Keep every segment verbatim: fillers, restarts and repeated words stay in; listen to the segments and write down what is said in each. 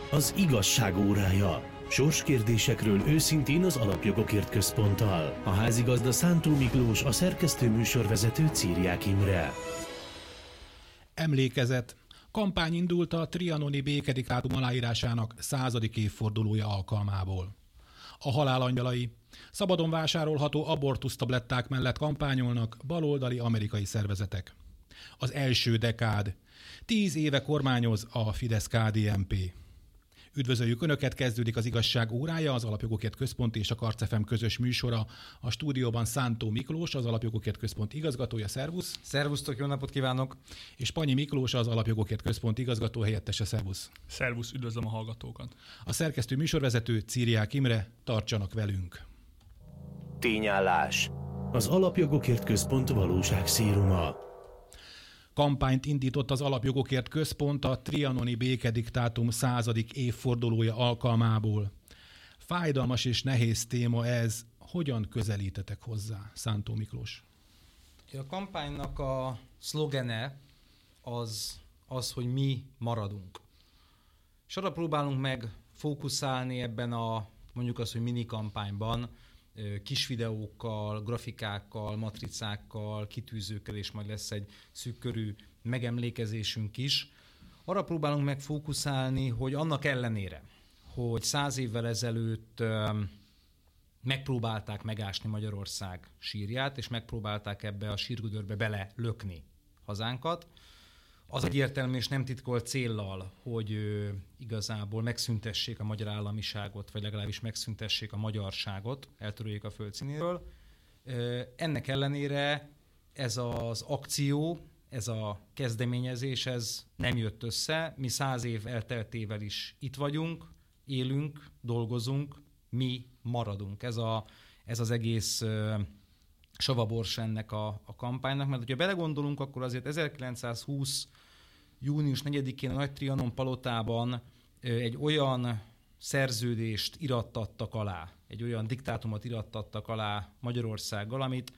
Az igazság órája. Sorskérdésekről őszintén az Alapjogokért Központtal. A házigazda Szántó Miklós, a szerkesztő műsorvezető Círiák Imre. Emlékezet. Kampány indult a trianoni békediktátum aláírásának századik évfordulója alkalmából. A halál angyalai szabadon vásárolható abortusztabletták mellett kampányolnak baloldali amerikai szervezetek. Az első dekád. Tíz éve kormányoz a Fidesz-ká dé en pé. Üdvözöljük Önöket, kezdődik az igazság órája, az Alapjogokért Központ és a Karc ef em közös műsora. A stúdióban Szántó Miklós, az Alapjogokért Központ igazgatója, szervusz. Szervusztok, jó napot kívánok. És Panyi Miklós, az Alapjogokért Központ igazgató helyettese, szervusz. Szervusz, üdvözlöm a hallgatókat. A szerkesztő műsorvezető Círiák Imre, tartsanak velünk. Tényállás. Az Alapjogokért Központ valóság széruma. Kampányt indított az Alapjogokért Központ a trianoni békediktátum századik évfordulója alkalmából. Fájdalmas és nehéz téma ez. Hogyan közelítetek hozzá, Szántó Miklós? A kampánynak a szlogene az, az, hogy mi maradunk. És arra próbálunk meg fókuszálni ebben a, mondjuk azt, hogy mini kampányban, kis videókkal, grafikákkal, matricákkal, kitűzőkkel, és majd lesz egy szűkkörű megemlékezésünk is. Arra próbálunk meg fókuszálni, hogy annak ellenére, hogy száz évvel ezelőtt megpróbálták megásni Magyarország sírját, és megpróbálták ebbe a sírgödörbe bele lökni hazánkat, az egyértelmű és nem titkolt céllal, hogy ö, igazából megszüntessék a magyar államiságot, vagy legalábbis megszüntessék a magyarságot, eltöröljék a földszínéről. Ö, ennek ellenére ez az akció, ez a kezdeményezés, ez nem jött össze. Mi száz év elteltével is itt vagyunk, élünk, dolgozunk, mi maradunk. Ez, a, ez az egész ö, savabors ennek a, a kampánynak, mert hogyha belegondolunk, akkor azért ezerkilencszázhúsz. június negyedikén a Nagy Trianon palotában egy olyan szerződést irattattak alá, egy olyan diktátumot irattattak alá Magyarországgal, amit,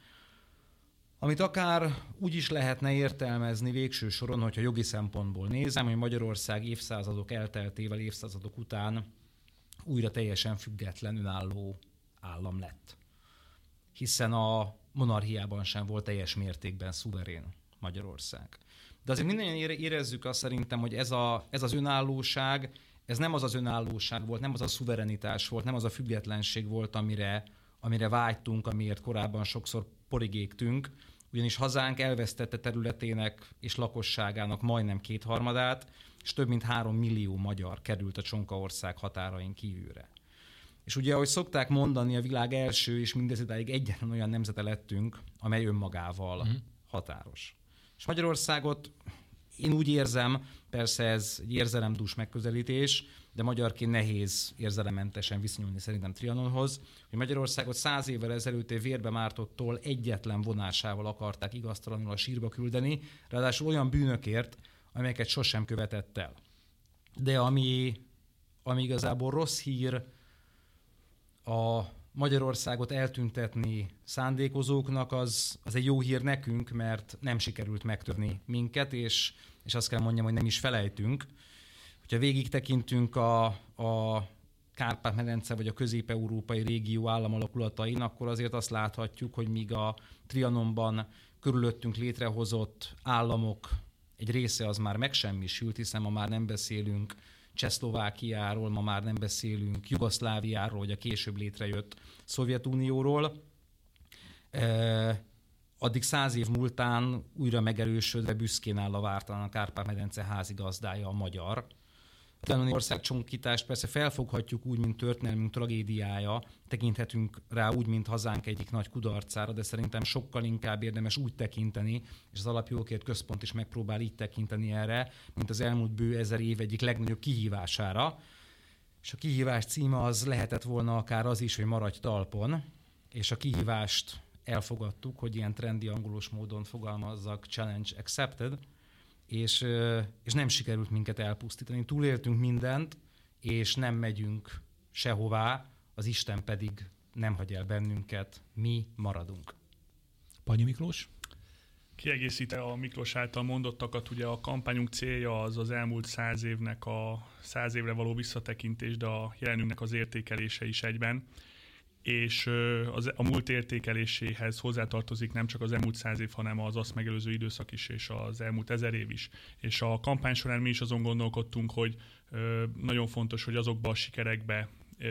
amit akár úgy is lehetne értelmezni végső soron, hogyha jogi szempontból nézem, hogy Magyarország évszázadok elteltével, évszázadok után újra teljesen független, önálló állam lett. Hiszen a monarchiában sem volt teljes mértékben szuverén Magyarország. De azért mindannyian érezzük azt szerintem, hogy ez, a, ez az önállóság, ez nem az az önállóság volt, nem az a szuverenitás volt, nem az a függetlenség volt, amire, amire vágytunk, amiért korábban sokszor porigégtünk, ugyanis hazánk elvesztette területének és lakosságának majdnem kétharmadát, és több mint három millió magyar került a Csonkaország határain kívülre. És ugye, ahogy szokták mondani, a világ első és mindezidáig egyetlen olyan nemzete lettünk, amely önmagával mm. határos. És Magyarországot én úgy érzem, persze ez egy érzelemdús megközelítés, de magyarként nehéz érzelemmentesen viszonyulni szerintem Trianonhoz, hogy Magyarországot száz évvel ezelőtt egy vérbe mártottól egyetlen vonásával akarták igaztalanul a sírba küldeni, ráadásul olyan bűnökért, amelyeket sosem követett el. De ami, ami igazából rossz hír, a Magyarországot eltüntetni szándékozóknak, az, az egy jó hír nekünk, mert nem sikerült megtörni minket, és, és azt kell mondjam, hogy nem is felejtünk. Hogyha végig tekintünk a, a Kárpát-medence vagy a közép-európai régió államalakulatain, akkor azért azt láthatjuk, hogy míg a Trianonban körülöttünk létrehozott államok egy része az már megsemmisült, hiszen ma már nem beszélünk Csehszlovákiáról, ma már nem beszélünk Jugoszláviáról, vagy a később létrejött Szovjetunióról. E, addig száz év múltán újra megerősödve büszkén áll a vártalan a Kárpát-medence házigazdája, a magyar. A trianoni országcsonkítást persze felfoghatjuk úgy, mint történelmünk tragédiája, tekinthetünk rá úgy, mint hazánk egyik nagy kudarcára, de szerintem sokkal inkább érdemes úgy tekinteni, és az Alapjogokért Központ is megpróbál így tekinteni erre, mint az elmúlt bő ezer év egyik legnagyobb kihívására. És a kihívás címe az lehetett volna akár az is, hogy maradj talpon, és a kihívást elfogadtuk, hogy ilyen trendi angolos módon fogalmazzak, challenge accepted, És, és nem sikerült minket elpusztítani. Túléltünk mindent, és nem megyünk sehová, az Isten pedig nem hagy el bennünket, mi maradunk. Panyi Miklós? Kiegészítve a Miklós által mondottakat, ugye a kampányunk célja az az elmúlt száz évnek a száz évre való visszatekintés, de a jelenünknek az értékelése is egyben. És az, a múlt értékeléséhez hozzátartozik nem csak az elmúlt száz év, hanem az azt megelőző időszak is, és az elmúlt ezer év is. És a kampány során mi is azon gondolkodtunk, hogy ö, nagyon fontos, hogy azokba a sikerekbe ö,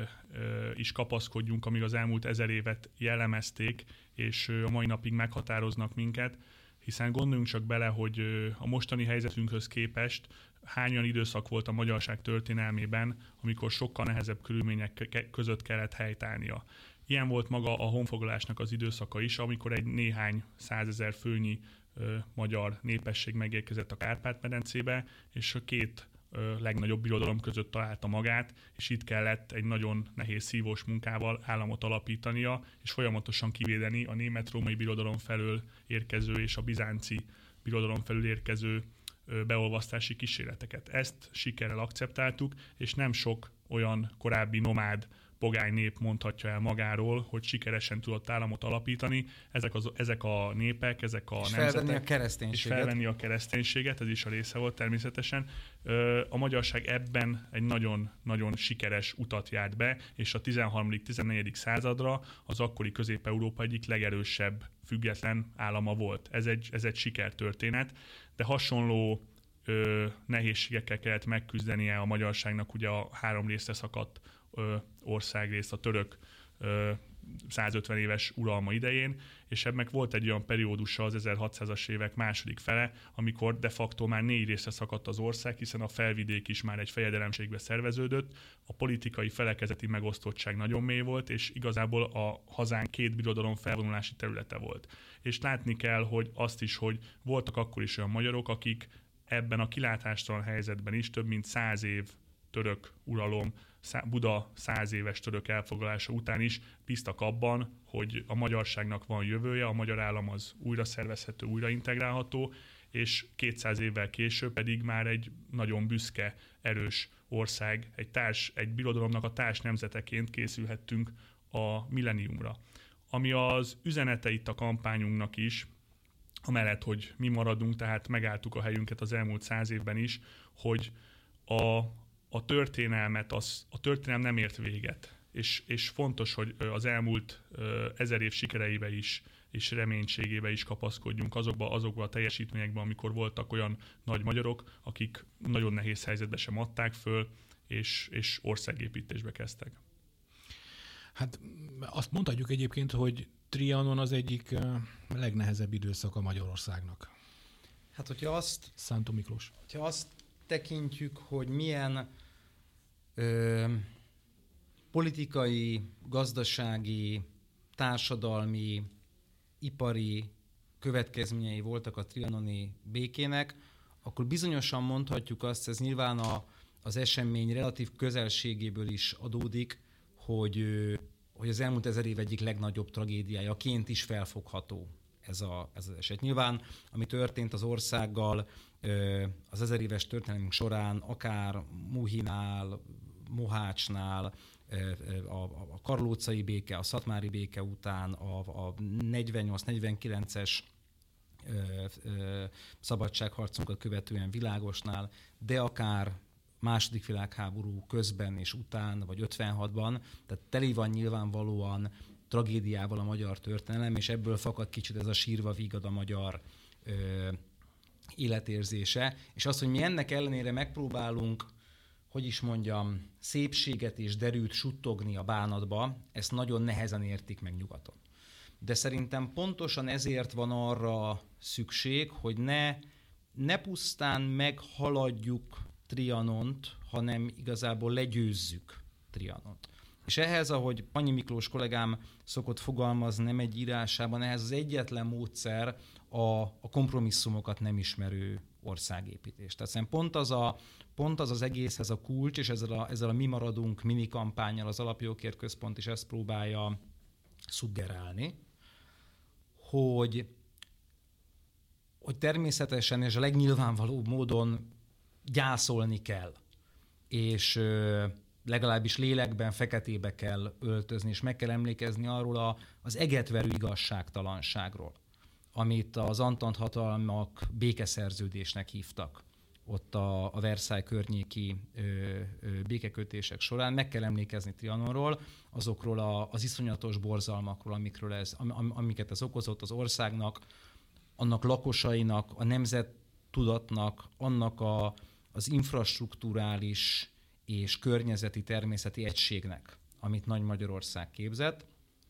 ö, is kapaszkodjunk, amíg az elmúlt ezer évet jellemezték, és ö, a mai napig meghatároznak minket, hiszen gondoljunk csak bele, hogy ö, a mostani helyzetünkhöz képest hány olyan időszak volt a magyarság történelmében, amikor sokkal nehezebb körülmények között kellett helytállnia. Ilyen volt maga a honfoglalásnak az időszaka is, amikor egy néhány százezer főnyi ö, magyar népesség megérkezett a Kárpát-medencébe, és a két ö, legnagyobb birodalom között találta magát, és itt kellett egy nagyon nehéz szívós munkával államot alapítania, és folyamatosan kivédeni a német-római birodalom felől érkező és a bizánci birodalom felől érkező beolvasztási kísérleteket. Ezt sikerrel akceptáltuk, és nem sok olyan korábbi nomád pogány nép mondhatja el magáról, hogy sikeresen tudott államot alapítani. Ezek, az, ezek a népek, ezek a és nemzetek... felvenni a kereszténységet. És felvenni a kereszténységet, ez is a része volt természetesen. A magyarság ebben egy nagyon-nagyon sikeres utat járt be, és a tizenharmadik-tizennegyedik századra az akkori Közép-Európa egyik legerősebb független állama volt. Ez egy, ez egy sikertörténet, de hasonló ö, nehézségekkel kellett megküzdenie a magyarságnak ugye a három részre szakadt ö, országrészt, a török ö, százötven éves uralma idején, és ebben volt egy olyan periódusa az ezerhatszázas évek második fele, amikor de facto már négy részre szakadt az ország, hiszen a felvidék is már egy fejedelemségbe szerveződött, a politikai felekezeti megosztottság nagyon mély volt, és igazából a hazánk két birodalom felvonulási területe volt. És látni kell, hogy azt is, hogy voltak akkor is olyan magyarok, akik ebben a kilátástalan helyzetben is több mint száz év török uralom, Buda száz éves török elfoglalása után is bíztak abban, hogy a magyarságnak van jövője, a magyar állam az újra szervezhető, újra integrálható, és kétszáz évvel később pedig már egy nagyon büszke, erős ország, egy, társ, egy birodalomnak a társ nemzeteként készülhettünk a millenniumra. Ami az üzenete itt a kampányunknak is, amellett, hogy mi maradunk, tehát megálltuk a helyünket az elmúlt száz évben is, hogy a A történelmet, az, a történelem nem ért véget, és, és fontos, hogy az elmúlt ezer év sikereibe is, és reménységébe is kapaszkodjunk azokba, azokba a teljesítményekben, amikor voltak olyan nagy magyarok, akik nagyon nehéz helyzetbe sem adták föl, és, és országépítésbe kezdtek. Hát azt mondhatjuk egyébként, hogy Trianon az egyik legnehezebb időszak a Magyarországnak. Hát, hogyha azt... Szántó Miklós. Hogyha azt tekintjük, hogy milyen ö, politikai, gazdasági, társadalmi, ipari következményei voltak a trianoni békének, akkor bizonyosan mondhatjuk azt, ez nyilván a, az esemény relatív közelségéből is adódik, hogy, hogy az elmúlt ezer év egyik legnagyobb tragédiájaként is felfogható ez, a, ez az eset. Nyilván, ami történt az országgal az ezer éves történelmünk során, akár Muhinál, Mohácsnál, a karlócai béke, a szatmári béke után, a, a negyvennyolc-negyvenkilences szabadságharcunkat követően Világosnál, de akár második világháború közben és után, vagy ötvenhatban, tehát teli van nyilvánvalóan tragédiával a magyar történelem, és ebből fakad kicsit ez a sírva vígad a magyar ö, életérzése, és az, hogy mi ennek ellenére megpróbálunk, hogy is mondjam, szépséget és derűt suttogni a bánatba, ezt nagyon nehezen értik meg nyugaton. De szerintem pontosan ezért van arra szükség, hogy ne, ne pusztán meghaladjuk Trianont, hanem igazából legyőzzük Trianont. És ehhez, ahogy Pannyi Miklós kollégám szokott fogalmazni nem egy írásában, ehhez az egyetlen módszer a, a kompromisszumokat nem ismerő országépítés. Tehát pont az, a, pont az az egészhez a kulcs, és ezzel a, ezzel a Mi maradunk mini kampánnyal az Alapjogokért Központ is ezt próbálja szuggerálni, hogy, hogy természetesen és a legnyilvánvalóbb módon gyászolni kell, és legalábbis lélekben feketébe kell öltözni, és meg kell emlékezni arról a, az egetverő igazságtalanságról, amit az Antant hatalmak békeszerződésnek hívtak ott a, a Versailles környéki ö, ö, békekötések során. Meg kell emlékezni Trianonról, azokról a, az iszonyatos borzalmakról, amikről ez, am, amiket ez okozott az országnak, annak lakosainak, a nemzettudatnak, annak a, az infrastrukturális és környezeti természeti egységnek, amit Nagy Magyarország képzett.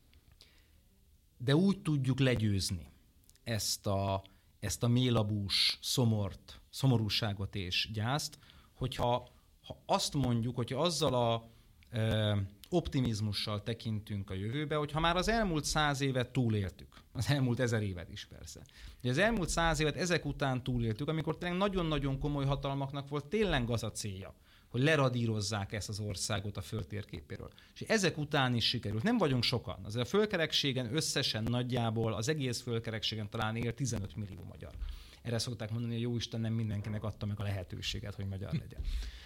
De úgy tudjuk legyőzni ezt a, ezt a mélabús szomort, szomorúságot és gyászt, hogyha ha azt mondjuk, hogyha azzal a e, optimizmussal tekintünk a jövőbe, hogyha már az elmúlt száz évet túléltük, az elmúlt ezer évet is persze. De az elmúlt száz évet ezek után túléltük, amikor tényleg nagyon-nagyon komoly hatalmaknak volt tényleg az a célja, hogy leradírozzák ezt az országot a föld térképéről. És ezek után is sikerült. Nem vagyunk sokan. Azért a földkerekségen összesen nagyjából, az egész földkerekségen talán él tizenöt millió magyar. Erre szokták mondani, hogy jóisten nem mindenkinek adta meg a lehetőséget, hogy magyar legyen.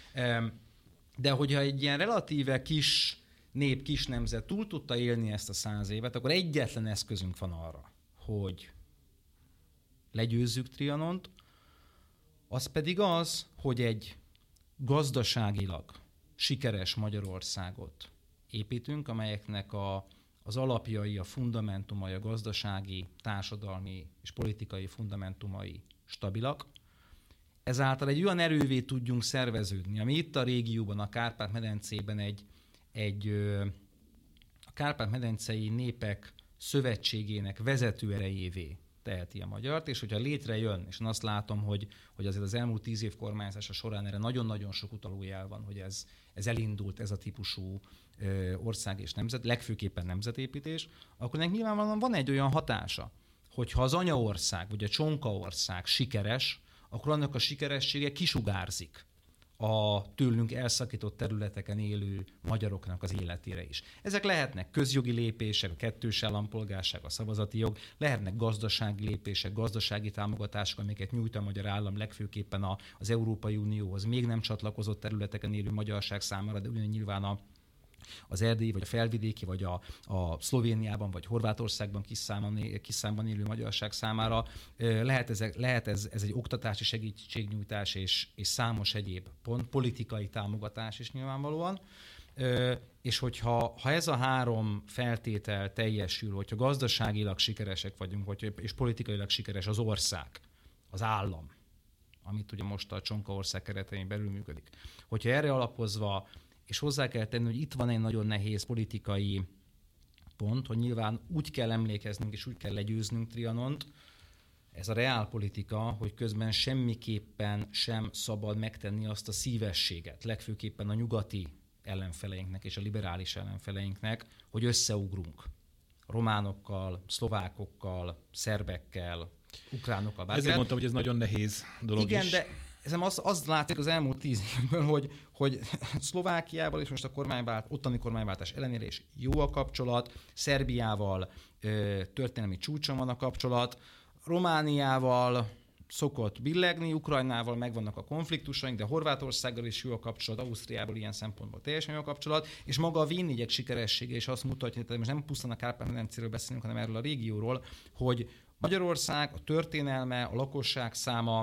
De hogyha egy ilyen relatíve kis nép, kis nemzet túl tudta élni ezt a száz évet, akkor egyetlen eszközünk van arra, hogy legyőzzük Trianont, az pedig az, hogy egy gazdaságilag sikeres Magyarországot építünk, amelyeknek a, az alapjai, a fundamentumai, a gazdasági, társadalmi és politikai fundamentumai stabilak. Ezáltal egy olyan erővé tudjunk szerveződni, ami itt a régióban, a Kárpát-medencében egy, egy a Kárpát-medencei népek szövetségének vezető erejévé teheti a magyart, és hogyha létrejön, és én azt látom, hogy, hogy azért az elmúlt tíz év kormányzása során erre nagyon-nagyon sok utalójel van, hogy ez, ez elindult, ez a típusú ö, ország és nemzet, legfőképpen nemzetépítés, akkor ennek nyilvánvalóan van egy olyan hatása, hogyha az anyaország, vagy a csonkaország sikeres, akkor annak a sikeressége kisugárzik a tőlünk elszakított területeken élő magyaroknak az életére is. Ezek lehetnek közjogi lépések, a kettős állampolgárság, a szavazati jog, lehetnek gazdasági lépések, gazdasági támogatások, amiket nyújt a magyar állam legfőképpen a, az Európai Unióhoz még nem csatlakozott területeken élő magyarság számára, de ugyan nyilván a az erdélyi, vagy a felvidéki, vagy a, a Szlovéniában, vagy Horvátországban kis számban, kis számban élő magyarság számára. Lehet, ez, lehet ez, ez egy oktatási segítségnyújtás és, és számos egyéb pont, politikai támogatás is nyilvánvalóan. És hogyha ha ez a három feltétel teljesül, hogyha gazdaságilag sikeresek vagyunk, vagy, és politikailag sikeres az ország, az állam, amit ugye most a csonkaország keretein belül működik. Hogyha erre alapozva, és hozzá kell tenni, hogy itt van egy nagyon nehéz politikai pont, hogy nyilván úgy kell emlékeznünk, és úgy kell legyőznünk Trianont, ez a reálpolitika, hogy közben semmiképpen sem szabad megtenni azt a szívességet, legfőképpen a nyugati ellenfeleinknek és a liberális ellenfeleinknek, hogy összeugrunk románokkal, szlovákokkal, szerbekkel, ukránokkal. Bárkán. Ezért mondtam, hogy ez nagyon nehéz dolog Igen, is. de ezen az, az látszik az elmúlt tíz évben, hogy, hogy Szlovákiával és most a kormányvált, ottani kormányváltás ellenére is jó a kapcsolat, Szerbiával ö, történelmi csúcson van a kapcsolat, Romániával szokott billegni, Ukrajnával megvannak a konfliktusaink, de Horvátországgal is jó a kapcsolat, Ausztriával ilyen szempontból teljesen jó a kapcsolat, és maga a vé négyek sikeressége is azt mutatja, hogy most nem pusztán a Kárpát-medencéről beszélünk, hanem erről a régióról, hogy Magyarország, a történelme, a lakosság száma,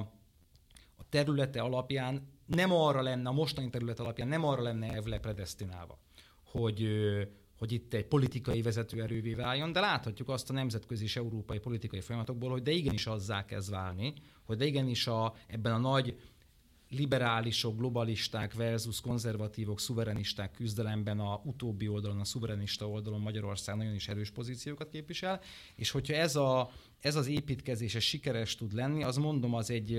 a területe alapján nem arra lenne, a mostani terület alapján nem arra lenne elvileg predesztinálva, hogy, hogy itt egy politikai vezetőerővé váljon, de láthatjuk azt a nemzetközi és európai politikai folyamatokból, hogy de igenis azzá kezd válni, hogy de igenis a, ebben a nagy liberálisok, globalisták versus konzervatívok, szuverenisták küzdelemben a utóbbi oldalon, a szuverenista oldalon Magyarország nagyon is erős pozíciókat képvisel, és hogyha ez, a, ez az építkezés ez sikeres tud lenni, az mondom, az egy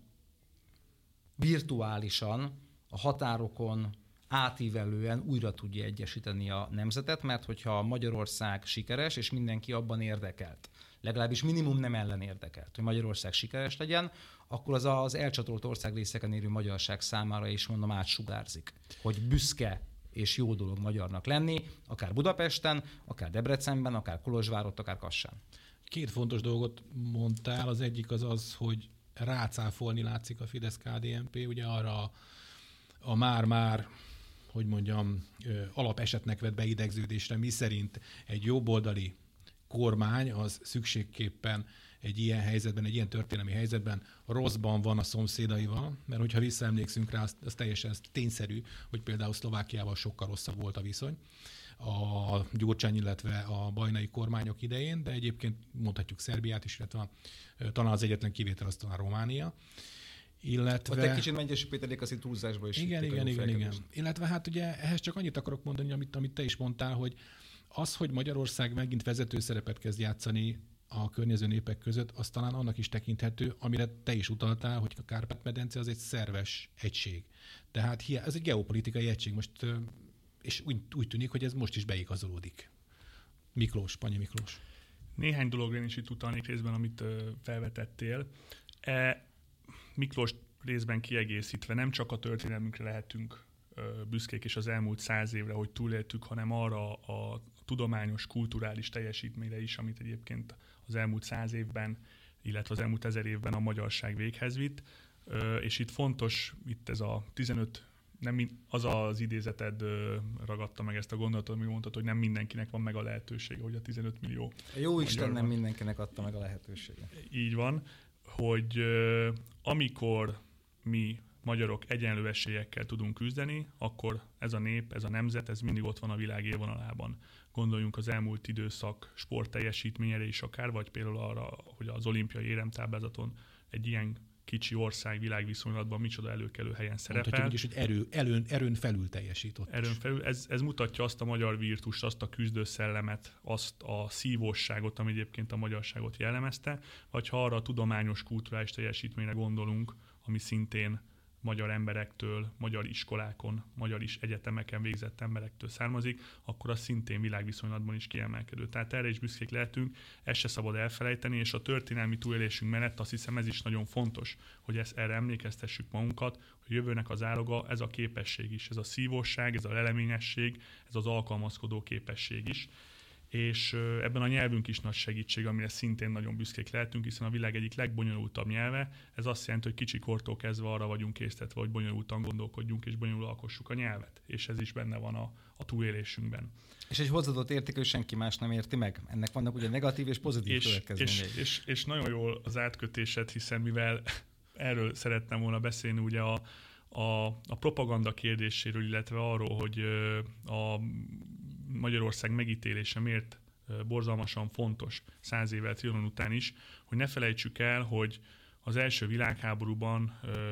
virtuálisan a határokon átívelően újra tudja egyesíteni a nemzetet, mert hogyha Magyarország sikeres, és mindenki abban érdekelt, legalábbis minimum nem ellen érdekelt, hogy Magyarország sikeres legyen, akkor az az elcsatolt országrészeken élő magyarság számára is mondom átsugárzik, hogy büszke és jó dolog magyarnak lenni, akár Budapesten, akár Debrecenben, akár Kolozsvárott, akár Kassán. Két fontos dolgot mondtál, az egyik az az, hogy rácáfolni látszik a Fidesz-ká dé en pé, ugye arra a már-már, hogy mondjam, alapesetnek vett beidegződésre, mi szerint egy jobboldali kormány az szükségképpen egy ilyen helyzetben, egy ilyen történelmi helyzetben rosszban van a szomszédaival, mert hogyha visszaemlékszünk rá, az, az teljesen az tényszerű, hogy például Szlovákiával sokkal rosszabb volt a viszony a Gyurcsány, illetve a bajnai kormányok idején, de egyébként mondhatjuk Szerbiát is, illetve talán az egyetlen kivétel az talán Románia. Illetve... Ott egy kicsit Mengyesi Péterék az itt túlzásba is. Igen, igen, igen, igen. Illetve hát ugye ehhez csak annyit akarok mondani, amit, amit te is mondtál, hogy az, hogy Magyarország megint vezető szerepet kezd játszani a környező népek között, az talán annak is tekinthető, amire te is utaltál, hogy a Kárpát-medence az egy szerves egység. Tehát ez egy geopolitikai egység most, és úgy, úgy tűnik, hogy ez most is beigazolódik. Miklós, Panyi Miklós. Néhány dologra én is itt utalnék részben, amit felvetettél. E, Miklós részben kiegészítve nem csak a történelmünkre lehetünk büszkék és az elmúlt száz évre, hogy túléltük, hanem arra a tudományos, kulturális teljesítményre is, amit egyébként az elmúlt száz évben, illetve az elmúlt ezer évben a magyarság véghez vitt. És itt fontos, itt ez a tizenöt, nem az az idézeted ragadta meg ezt a gondolatot, ami mondtad, hogy nem mindenkinek van meg a lehetősége, hogy a tizenöt millió. A jó Isten nem mindenkinek adta meg a lehetőséget. Így van, hogy amikor mi magyarok egyenlő esélyekkel tudunk küzdeni, akkor ez a nép, ez a nemzet, ez mindig ott van a világ élvonalában. Gondoljunk az elmúlt időszak sportteljesítményére is akár, vagy például arra, hogy az olimpiai éremtáblázaton egy ilyen kicsi ország világviszonylatban micsoda előkelő helyen szerepel. Mondhatjuk is, hogy erő, erőn, erőn felül teljesított. Erőn felül. Ez, ez mutatja azt a magyar virtust, azt a küzdőszellemet, azt a szívósságot, ami egyébként a magyarságot jellemezte, vagy ha arra a tudományos, kulturális teljesítményre gondolunk, ami szintén magyar emberektől, magyar iskolákon, magyar is egyetemeken végzett emberektől származik, akkor az szintén világviszonylatban is kiemelkedő. Tehát erre is büszkék lehetünk, ezt se szabad elfelejteni, és a történelmi túlélésünk mellett azt hiszem ez is nagyon fontos, hogy ezt erre emlékeztessük magunkat, hogy jövőnek az áloga ez a képesség is, ez a szívósság, ez a leleményesség, ez az alkalmazkodó képesség is. És ebben a nyelvünk is nagy segítség, amire szintén nagyon büszkék lehetünk, hiszen a világ egyik legbonyolultabb nyelve. Ez azt jelenti, hogy kicsi kortól kezdve arra vagyunk késztetve, hogy bonyolultan gondolkodjunk és bonyolul alkossuk a nyelvet. És ez is benne van a, a túlélésünkben. És egy hozzáadott érték, hogy senki más nem érti meg. Ennek vannak ugye negatív és pozitív és, következményei. És, és, és nagyon jól az átkötésed, hiszen mivel erről szerettem volna beszélni, ugye a, a, a propaganda kérdéséről, illetve arról, hogy a Magyarország megítélése miért borzalmasan fontos száz évvel Trianon után is, hogy ne felejtsük el, hogy az első világháborúban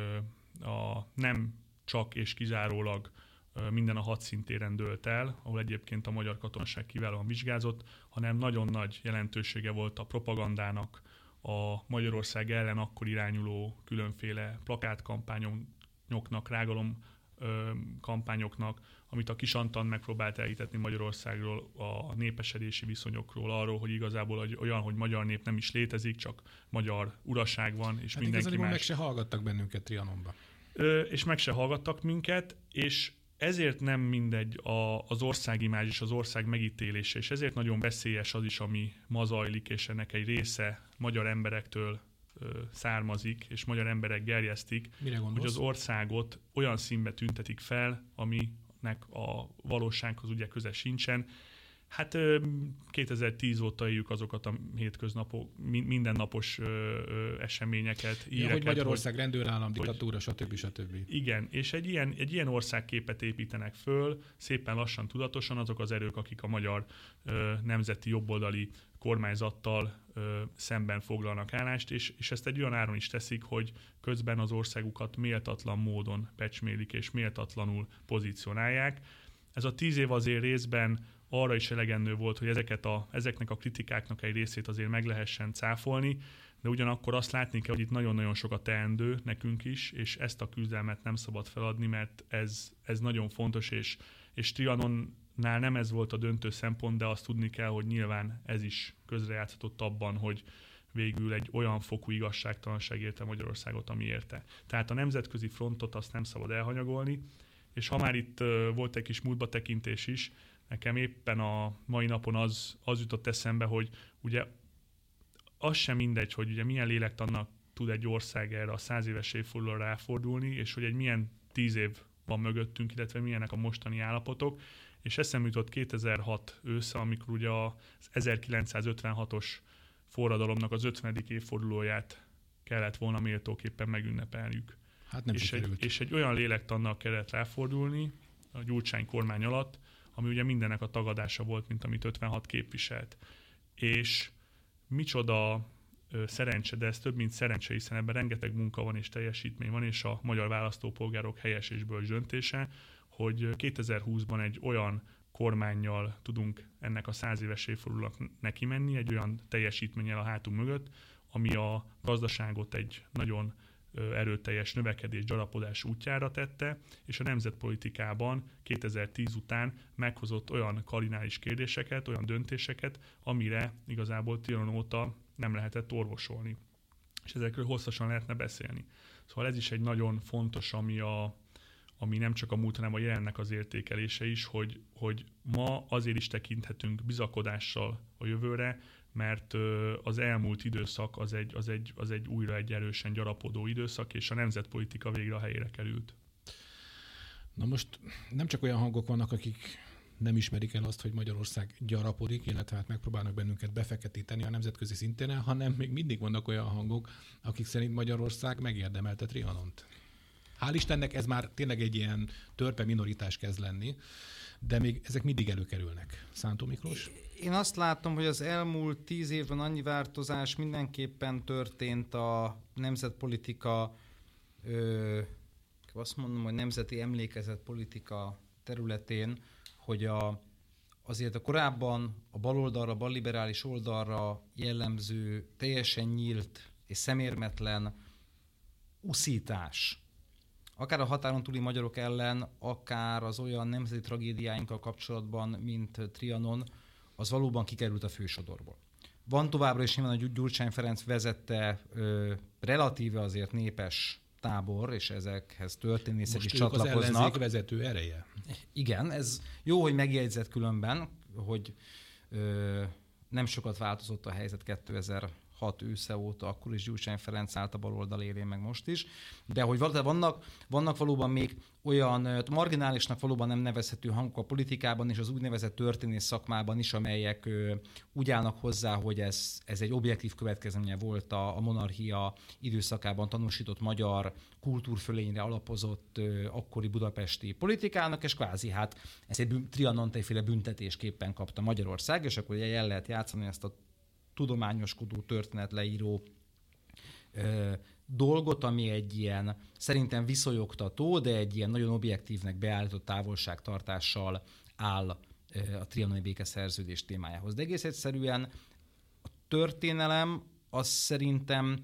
a, nem csak és kizárólag minden a hadszintéren dőlt el, ahol egyébként a magyar katonaság kiválóan vizsgázott, hanem nagyon nagy jelentősége volt a propagandának, a Magyarország ellen akkor irányuló különféle plakátkampányoknak, rágalom kampányoknak, amit a Kis Antal megpróbált elhitetni Magyarországról, a népesedési viszonyokról, arról, hogy igazából olyan, hogy magyar nép nem is létezik, csak magyar uraság van, és hát mindenki más. meg se hallgattak bennünket Trianonban. Ö, és meg se hallgattak minket, és ezért nem mindegy a, az országimázs és az ország megítélése, és ezért nagyon veszélyes az is, ami ma zajlik, és ennek egy része magyar emberektől származik, és magyar emberek gerjesztik, hogy az országot olyan színbe tüntetik fel, aminek a valósághoz ugye köze sincsen. Hát kétezer-tíz óta éljük azokat a hétköznapok, mindennapos eseményeket, híreket. Ja, hogy Magyarország hogy, rendőrállam, diktatúra, stb. stb. Igen, és egy ilyen, egy ilyen országképet építenek föl, szépen lassan, tudatosan azok az erők, akik a magyar nemzeti jobboldali kormányzattal ö, szemben foglalnak állást, és, és ezt egy olyan áron is teszik, hogy közben az országukat méltatlan módon becsmélik és méltatlanul pozícionálják. Ez a tíz év azért részben arra is elegendő volt, hogy ezeket a, ezeknek a kritikáknak egy részét azért meg lehessen cáfolni, de ugyanakkor azt látni kell, hogy itt nagyon-nagyon sok a teendő nekünk is, és ezt a küzdelmet nem szabad feladni, mert ez, ez nagyon fontos, és, és Trianon nál nem ez volt a döntő szempont, de azt tudni kell, hogy nyilván ez is közrejátszhatott abban, hogy végül egy olyan fokú igazságtalanság érte Magyarországot, ami érte. Tehát a nemzetközi frontot azt nem szabad elhanyagolni, és ha már itt uh, volt egy kis múltba tekintés is, nekem éppen a mai napon az, az jutott eszembe, hogy ugye az sem mindegy, hogy ugye milyen lélektannak tud egy ország erre a száz éves évfordulóra ráfordulni, és hogy egy milyen tíz év van mögöttünk, illetve milyenek a mostani állapotok. És eszembe jutott kétezer-hat ősze, amikor ugye az ezerkilencszázötvenhatos forradalomnak az ötvenedik évfordulóját kellett volna méltóképpen megünnepelniük. Hát nem és, egy, és egy olyan lélektannal kellett ráfordulni a Gyurcsány kormány alatt, ami ugye mindennek a tagadása volt, mint amit ötvenhat képviselt. És micsoda ö, szerencse, de ez több, mint szerencse, hiszen ebben rengeteg munka van és teljesítmény van, és a magyar választópolgárok helyes és bölcs döntése, hogy kétezer-húszban egy olyan kormánnyal tudunk ennek a száz éves évfordulónak neki menni, egy olyan teljesítménnyel a hátunk mögött, ami a gazdaságot egy nagyon erőteljes növekedés, gyarapodás útjára tette, és a nemzetpolitikában kétezer-tíz után meghozott olyan kardinális kérdéseket, olyan döntéseket, amire igazából Trianon óta nem lehetett orvosolni. És ezekről hosszasan lehetne beszélni. Szóval ez is egy nagyon fontos, ami, a, ami nem csak a múlt, hanem a jelennek az értékelése is, hogy, hogy ma azért is tekinthetünk bizakodással a jövőre, mert az elmúlt időszak az egy, az, egy, az egy újra egy erősen gyarapodó időszak, és a nemzetpolitika végre a helyére került. Na most nem csak olyan hangok vannak, akik nem ismerik el azt, hogy Magyarország gyarapodik, illetve hát megpróbálnak bennünket befeketíteni a nemzetközi szintéren, hanem még mindig vannak olyan hangok, akik szerint Magyarország megérdemelte Trianont. Hál' Istennek ez már tényleg egy ilyen törpe minoritás kezd lenni, de még ezek mindig előkerülnek. Szántó Miklós? Én azt látom, hogy az elmúlt tíz évben annyi változás mindenképpen történt a nemzetpolitika, ö, azt mondom, hogy nemzeti emlékezetpolitika területén, hogy a, azért a korábban a baloldalra, balliberális oldalra jellemző, teljesen nyílt és szemérmetlen uszítás, akár a határon túli magyarok ellen, akár az olyan nemzeti tragédiáinkkal kapcsolatban, mint Trianon, az valóban kikerült a fősodorból. Van továbbra is nyilván a Gyurcsány Ferenc vezette ö, relatíve azért népes tábor, és ezekhez történészek is csatlakoznak. Most az ellenzék vezető ereje. Igen, ez jó, hogy megjegyzett különben, hogy ö, nem sokat változott a helyzet kétezer-hat ősze óta, akkor is Gyurcsány Ferenc állt a baloldal élén, meg most is, de hogy vannak, vannak valóban még olyan marginálisnak valóban nem nevezhető hangok a politikában és az úgynevezett történész szakmában is, amelyek ö, úgy állnak hozzá, hogy ez, ez egy objektív következménye volt a, a monarchia időszakában tanúsított magyar kultúrfölényre alapozott ö, akkori budapesti politikának, és kvázi hát ez egy Trianon egyféle büntetésképpen kapta Magyarország, és akkor el lehet játszani ezt a tudományoskodó, történetleíró ö, dolgot, ami egy ilyen szerintem viszonyogtató, de egy ilyen nagyon objektívnek beállított távolságtartással áll ö, a trianoni békeszerződés témájához. De egész egyszerűen a történelem az szerintem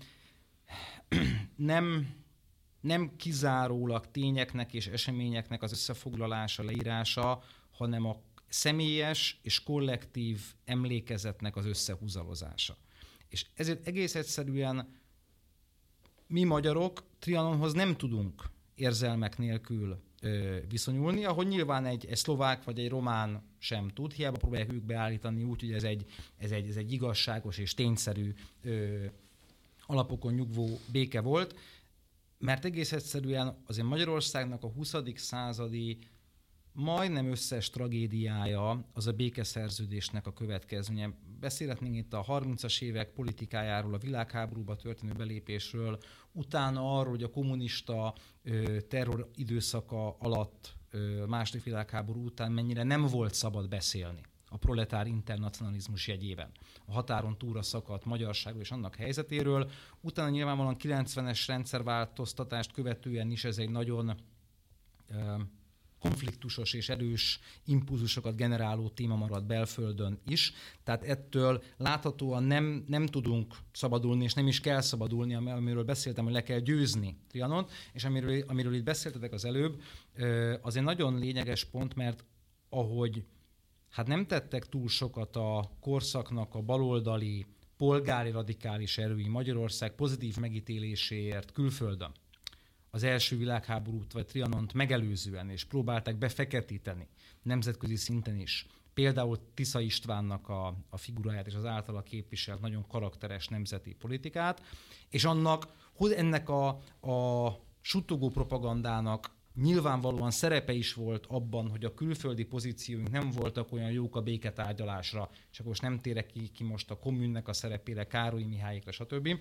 nem, nem kizárólag tényeknek és eseményeknek az összefoglalása, leírása, hanem a személyes és kollektív emlékezetnek az összehúzalozása. És ezért egész egyszerűen mi magyarok Trianonhoz nem tudunk érzelmek nélkül ö, viszonyulni, ahogy nyilván egy, egy szlovák vagy egy román sem tud, hiába próbálják ők beállítani úgy, hogy ez egy, ez egy, ez egy igazságos és tényszerű ö, alapokon nyugvó béke volt, mert egész egyszerűen azért Magyarországnak a huszadik századi majdnem összes tragédiája az a békeszerződésnek a következménye. Beszélhetnénk itt a harmincas évek politikájáról, a világháborúba történő belépésről, utána arról, hogy a kommunista ö, terror időszaka alatt, ö, második világháború után mennyire nem volt szabad beszélni a proletár internacionalizmus jegyében. A határon túlra szakadt magyarságról és annak helyzetéről. Utána nyilvánvalóan kilencvenes rendszerváltoztatást követően is ez egy nagyon ö, konfliktusos és erős impulzusokat generáló téma marad belföldön is. Tehát ettől láthatóan nem, nem tudunk szabadulni, és nem is kell szabadulni, amiről beszéltem, hogy le kell győzni Trianont, és amiről, amiről itt beszéltetek az előbb, az egy nagyon lényeges pont, mert ahogy hát nem tettek túl sokat a korszaknak a baloldali, polgári radikális erői Magyarország pozitív megítéléséért külföldön, az első világháborút vagy Trianont megelőzően, és próbálták befeketíteni nemzetközi szinten is. Például Tisza Istvánnak a, a figuráját és az általa képviselt nagyon karakteres nemzeti politikát, és annak, hogy ennek a, a suttogó propagandának nyilvánvalóan szerepe is volt abban, hogy a külföldi pozícióink nem voltak olyan jók a béketárgyalásra, csak most nem térek ki, ki most a kommunnek a szerepére, Károlyi Mihályékra, stb.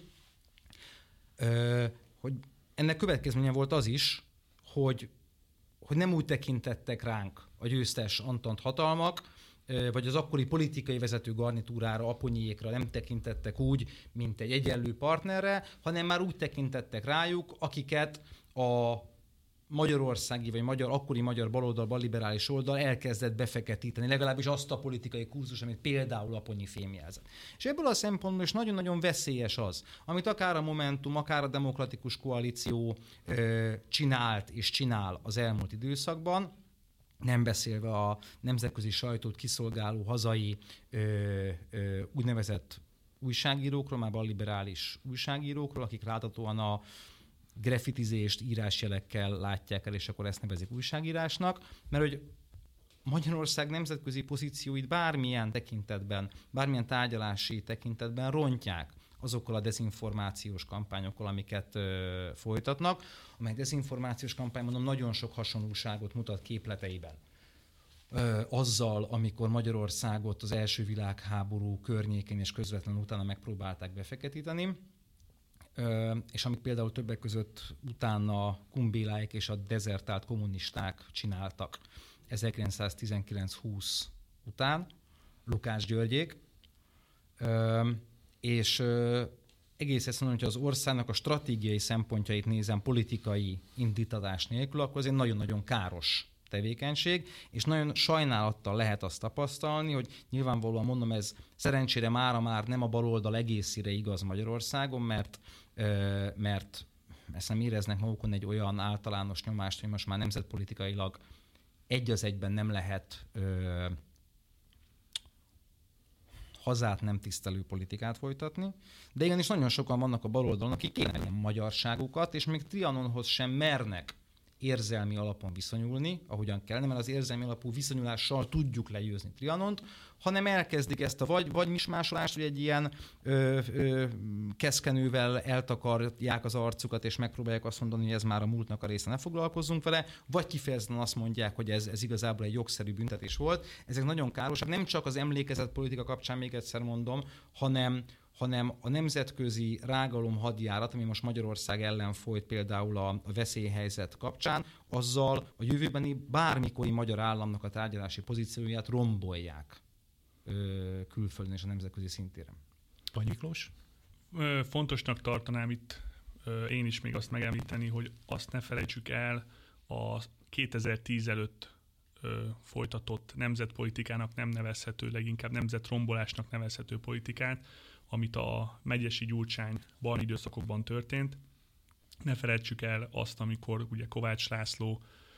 Ö, hogy ennek következménye volt az is, hogy, hogy nem úgy tekintettek ránk a győztes antant hatalmak, vagy az akkori politikai vezető garnitúrára, Aponyékra nem tekintettek úgy, mint egy egyenlő partnerre, hanem már úgy tekintettek rájuk, akiket a magyarországi, vagy magyar, akkori magyar baloldal, balliberális oldal elkezdett befeketíteni, legalábbis azt a politikai kurzus, amit például Aponyi fémjelzett. És ebből a szempontból is nagyon-nagyon veszélyes az, amit akár a Momentum, akár a Demokratikus Koalíció ö, csinált és csinál az elmúlt időszakban, nem beszélve a nemzetközi sajtót kiszolgáló hazai ö, ö, úgynevezett újságírókról, már balliberális újságírókról, akik láthatóan a graffitizést írásjelekkel látják el, és akkor ezt nevezik újságírásnak, mert hogy Magyarország nemzetközi pozícióit bármilyen tekintetben, bármilyen tárgyalási tekintetben rontják azokkal a dezinformációs kampányokkal, amiket ö, folytatnak, amely dezinformációs kampány, mondom, nagyon sok hasonlóságot mutat képleteiben. Ö, azzal, amikor Magyarországot az első világháború környékén és közvetlenül utána megpróbálták befeketíteni, ö, és amit például többek között utána Kumbéláik és a dezertált kommunisták csináltak ezerkilencszáztizenkilenc húsz után, Lukács Györgyék, ö, és ö, egész egyszerűen, hogyha az országnak a stratégiai szempontjait nézem politikai indítatás nélkül, akkor ez egy nagyon-nagyon káros tevékenység, és nagyon sajnálattal lehet azt tapasztalni, hogy nyilvánvalóan mondom, ez szerencsére mára már nem a baloldal egészére igaz Magyarországon, mert, ö, mert ezt nem éreznek magukon egy olyan általános nyomást, hogy most már nemzetpolitikailag egy az egyben nem lehet ö, hazát nem tisztelő politikát folytatni, de igenis nagyon sokan vannak a baloldalon, akik kérnek magyarságukat, és még Trianonhoz sem mernek érzelmi alapon viszonyulni, ahogyan kellene, mert az érzelmi alapú viszonyulással tudjuk legyőzni Trianont, hanem elkezdik ezt a vagy, vagy mismásolást, hogy egy ilyen ö, ö, keszkenővel eltakarják az arcukat, és megpróbálják azt mondani, hogy ez már a múltnak a része, ne foglalkozzunk vele, vagy kifejezetten azt mondják, hogy ez, ez igazából egy jogszerű büntetés volt. Ezek nagyon károsak, nem csak az emlékezett politika kapcsán, még egyszer mondom, hanem hanem a nemzetközi rágalom hadjárat, ami most Magyarország ellen folyt például a, a veszélyhelyzet kapcsán, azzal a jövőbeni bármikori magyar államnak a tárgyalási pozícióját rombolják ö, külföldön és a nemzetközi szintéren. Pany Miklós? Fontosnak tartanám itt ö, én is még azt megemlíteni, hogy azt ne felejtsük el a kétezer-tíz előtt ö, folytatott nemzetpolitikának nem nevezhető, leginkább nemzetrombolásnak nevezhető politikát, amit a Megyesi Gyurcsány-ban időszakokban történt. Ne felejtsük el azt, amikor ugye Kovács László,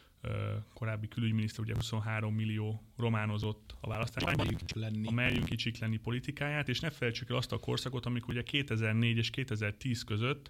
korábbi külügyminiszter, ugye huszonhárom millió románozott a választásban, a merjünk kicsikleni politikáját, és ne felejtsük el azt a korszakot, amikor ugye kétezer-négy és kétezer-tíz között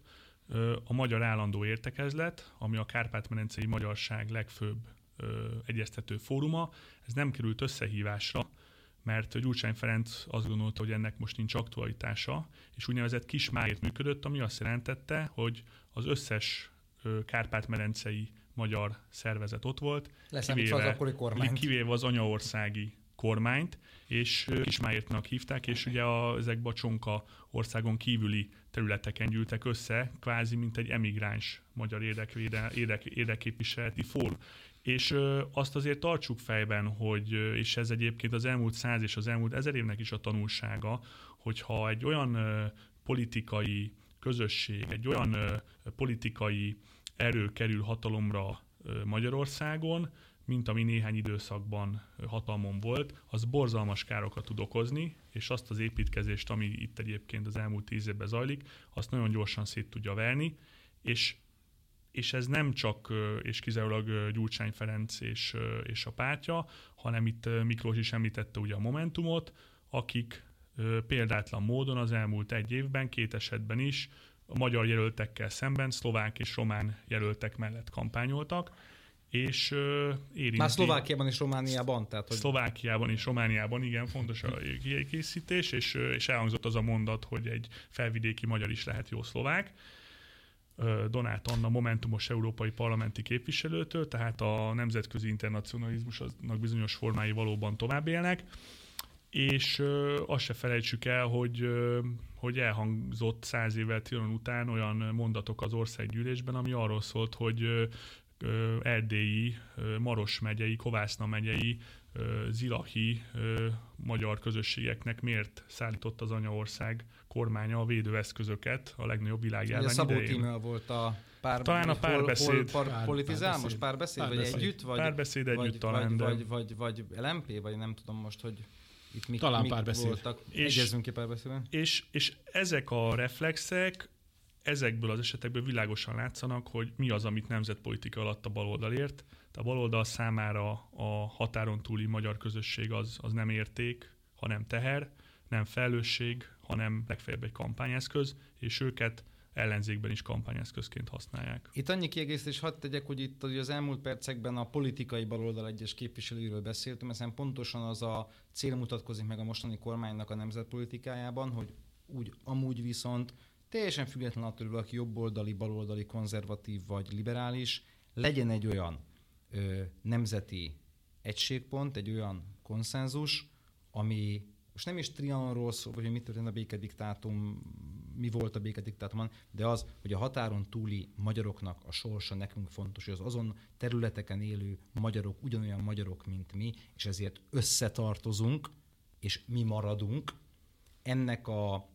a Magyar Állandó Értekezlet, ami a kárpát-medencei magyarság legfőbb egyeztető fóruma, ez nem került összehívásra, mert Gyurcsány Ferenc azt gondolta, hogy ennek most nincs aktualitása, és úgynevezett kismáért működött, ami azt jelentette, hogy az összes kárpát-medencei magyar szervezet ott volt, kivéve az akkori kormányt. Kivéve az anyaországi kormányt, és kismáértnak hívták, és ugye a, ezekben a csonka országon kívüli területeken gyűltek össze, kvázi mint egy emigráns magyar érdekvéde, érdek, érdekképviseleti fórum. És ö, azt azért tartsuk fejben, hogy, és ez egyébként az elmúlt száz és az elmúlt ezer évnek is a tanulsága, hogyha egy olyan ö, politikai közösség, egy olyan ö, politikai erő kerül hatalomra ö, Magyarországon, mint ami néhány időszakban hatalmon volt, az borzalmas károkat tud okozni, és azt az építkezést, ami itt egyébként az elmúlt tíz évben zajlik, azt nagyon gyorsan szét tudja verni, és és ez nem csak és kizárólag Gyurcsány Ferenc és, és a pártja, hanem itt Miklós is említette ugye a Momentumot, akik példátlan módon az elmúlt egy évben, két esetben is a magyar jelöltekkel szemben szlovák és román jelöltek mellett kampányoltak, és érinti... Már Szlovákiában és Romániában? Tehát, hogy... Szlovákiában és Romániában, igen, fontos a kiegészítés, és, és elhangzott az a mondat, hogy egy felvidéki magyar is lehet jó szlovák. Donát Anna Momentumos európai parlamenti képviselőtől, tehát a nemzetközi internacionalizmusnak bizonyos formái valóban tovább élnek, és azt se felejtsük el, hogy, hogy elhangzott száz évvel Trianon után olyan mondatok az országgyűlésben, ami arról szólt, hogy erdélyi, Maros megyei, Kovászna megyei, zilahi magyar közösségeknek miért szállított az anyaország kormánya a védőeszközöket a legnagyobb világjárvány idején. Szabó Tímea volt a pár, talán a párbeszéd. Hol, hol par, politizál párbeszéd. Most párbeszéd, párbeszéd, vagy együtt? Vagy, párbeszéd együtt vagy, talán. Vagy, vagy, vagy, vagy el em pé, vagy nem tudom most, hogy itt mik, talán mik párbeszéd. voltak. És, Egyezünk ki párbeszédben. És, és ezek a reflexek ezekből az esetekből világosan látszanak, hogy mi az, amit nemzetpolitika alatt a baloldal ért. A baloldal számára a határon túli magyar közösség az, az nem érték, hanem teher, nem felelősség, hanem legfeljebb egy kampányeszköz, és őket ellenzékben is kampányeszközként használják. Itt annyi kiegészítés hadd tegyek, hogy itt az elmúlt percekben a politikai baloldal egyes képviselőről beszéltünk, hiszen pontosan az a cél mutatkozik meg a mostani kormánynak a nemzetpolitikájában, hogy úgy amúgy viszont teljesen független attól, hogy valaki jobboldali, baloldali, konzervatív vagy liberális, legyen egy olyan ö, nemzeti egységpont, egy olyan konszenzus, ami most nem is Trianonról szól, vagy hogy mit történt a békediktátum, mi volt a békediktátumon, de az, hogy a határon túli magyaroknak a sorsa nekünk fontos, hogy az azon területeken élő magyarok ugyanolyan magyarok, mint mi, és ezért összetartozunk, és mi maradunk. Ennek a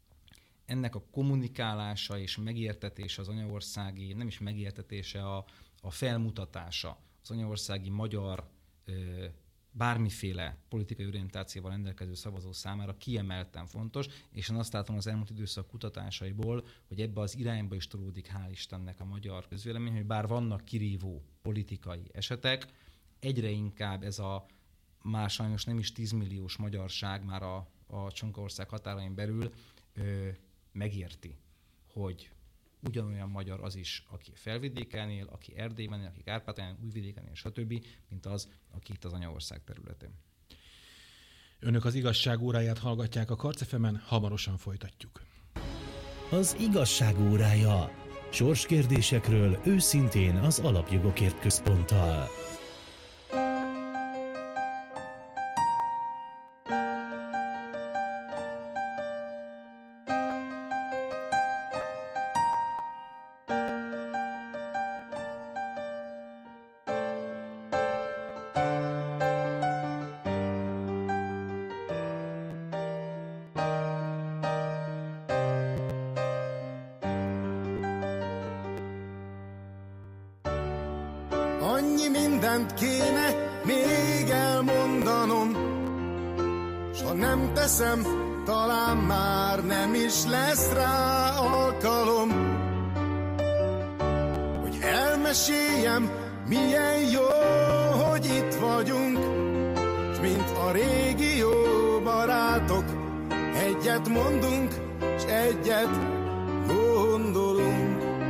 ennek a kommunikálása és megértetése az anyaországi, nem is megértetése, a, a felmutatása az anyaországi magyar ö, bármiféle politikai orientációval rendelkező szavazó számára kiemelten fontos, és én azt látom az elmúlt időszak kutatásaiból, hogy ebbe az irányba is tolódik, hál' Istennek, a magyar közvélemény, hogy bár vannak kirívó politikai esetek, egyre inkább ez a már sajnos nem is tízmilliós magyarság már a, a Csonkaország határain belül ö, megérti, hogy ugyanolyan magyar az is, aki Felvidéken él, aki Erdélyben él, aki Kárpátalján, Újvidéken él, stb., mint az, aki itt az anyaország területén. Önök az igazság óráját hallgatják a Karc ef emen, hamarosan folytatjuk. Az igazság órája. Sorskérdésekről őszintén az Alapjogokért Központtal. Annyi mindent kéne még elmondanom, s ha nem teszem, talán már nem is lesz rá alkalom, hogy elmeséljem, milyen jó, hogy itt vagyunk, s mint a régi jó barátok, egyet mondunk, s egyet gondolunk.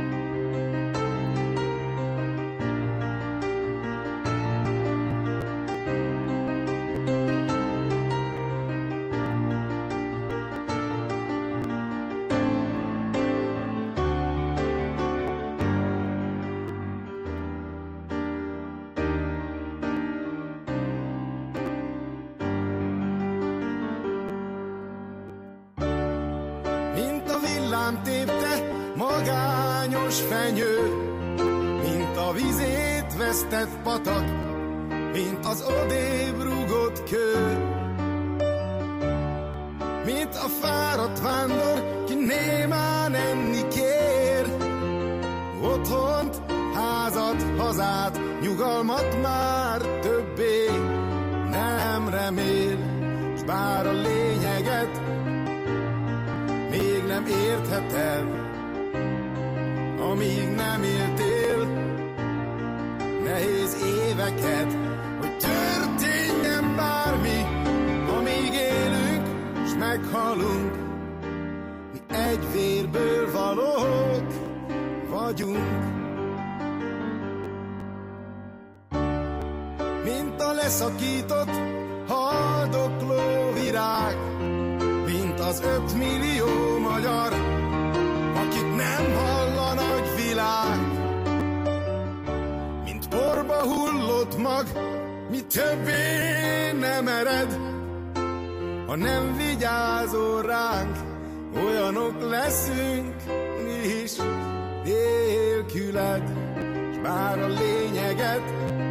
Tépte magányos fenyő, mint a vizét vesztett patak, mint az odébb rúgott kő, mint a fáradt vándor, ki némán enni kér. Otthont, házat, hazát, nyugalmat már többé nem remél, s bár a lényeget még nem értheted, amíg nem éltél nehéz éveket, hogy történjen bármi, amíg élünk, s meghalunk. Mi egy vérből valók vagyunk. Mint a leszakított, haldokló virág, mint az ötmillió magyar, akit nem hall a nagy virág, mint porba hullott mag, mi többé nem ered, ha nem vigyázol ránk, olyanok leszünk mi is nélküled, s bár a lényeget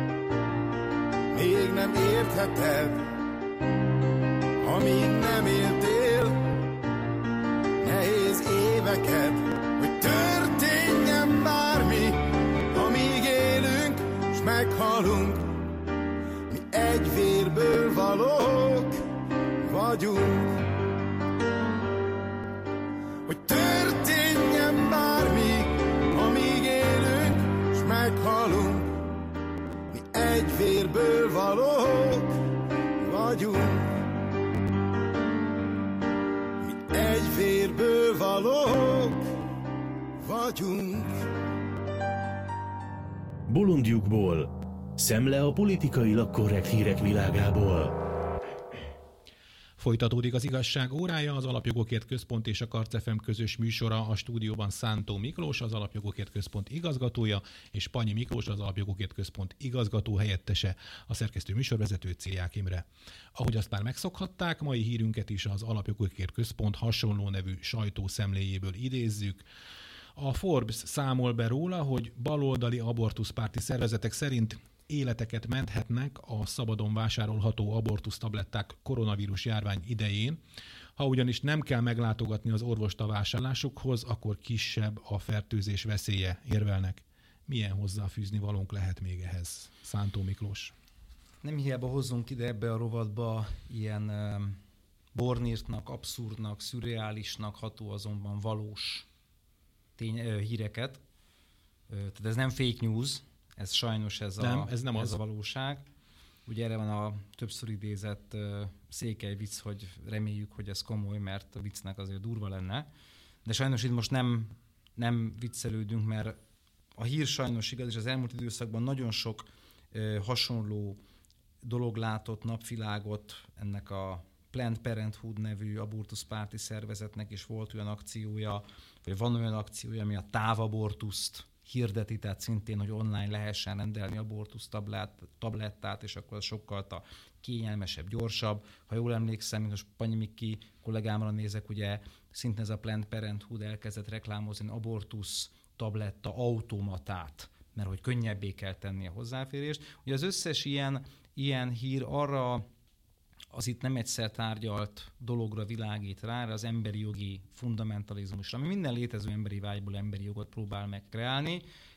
még nem értheted, amíg nem éltél nehéz éveket, hogy történjen bármi, amíg élünk, s meghalunk, mi egy vérből valók vagyunk. Hogy történjen bármi, amíg élünk, s meghalunk, mi egy vérből valók vagyunk. Mi egy vérből valók vagyunk. Bolondjukból, szemle a politikailag korrekt hírek világából. Folytatódik az igazság órája, az Alapjogokért Központ és a Karc ef em közös műsora, a stúdióban Szántó Miklós, az Alapjogokért Központ igazgatója, és Panyi Miklós, az Alapjogokért Központ igazgató helyettese, a szerkesztő műsorvezető Célyák Imre. Ahogy azt már megszokhatták, mai hírünket is az Alapjogokért Központ hasonló nevű sajtószemléjéből idézzük. A Forbes számol be róla, hogy baloldali abortuszpárti szervezetek szerint életeket menthetnek a szabadon vásárolható abortusztabletták koronavírus járvány idején. Ha ugyanis nem kell meglátogatni az orvost a vásárlásukhoz, akkor kisebb a fertőzés veszélye, érvelnek. Milyen hozzáfűzni valónk lehet még ehhez? Szántó Miklós. Nem hiába hozzunk ide ebbe a rovatba ilyen uh, bornírtnak, abszurdnak, szürreálisnak ható, azonban valós tény, uh, híreket. Uh, tehát ez nem fake news, ez sajnos ez, nem, a, ez, nem ez az. a valóság. Ugye erre van a többször idézett uh, székely vicc, hogy reméljük, hogy ez komoly, mert a viccnek azért durva lenne. De sajnos itt most nem, nem viccelődünk, mert a hír sajnos igaz, és az elmúlt időszakban nagyon sok uh, hasonló dolog látott napvilágot. Ennek a Planned Parenthood nevű abortuszpárti szervezetnek is volt olyan akciója, vagy van olyan akciója, ami a távabortuszt hirdeti, tehát szintén, hogy online lehessen rendelni abortusz tablettát, és akkor az sokkal a kényelmesebb, gyorsabb. Ha jól emlékszem, mint most Panyi Miki kollégámra nézek, ugye szintén ez a Planned Parenthood elkezdett reklámozni abortusz tabletta automatát, mert hogy könnyebbé kell tenni a hozzáférést. Ugye az összes ilyen, ilyen hír arra az itt nem egyszer tárgyalt dologra világít rá, az emberi jogi fundamentalizmusra, ami minden létező emberi vágyból emberi jogot próbál megkreálni,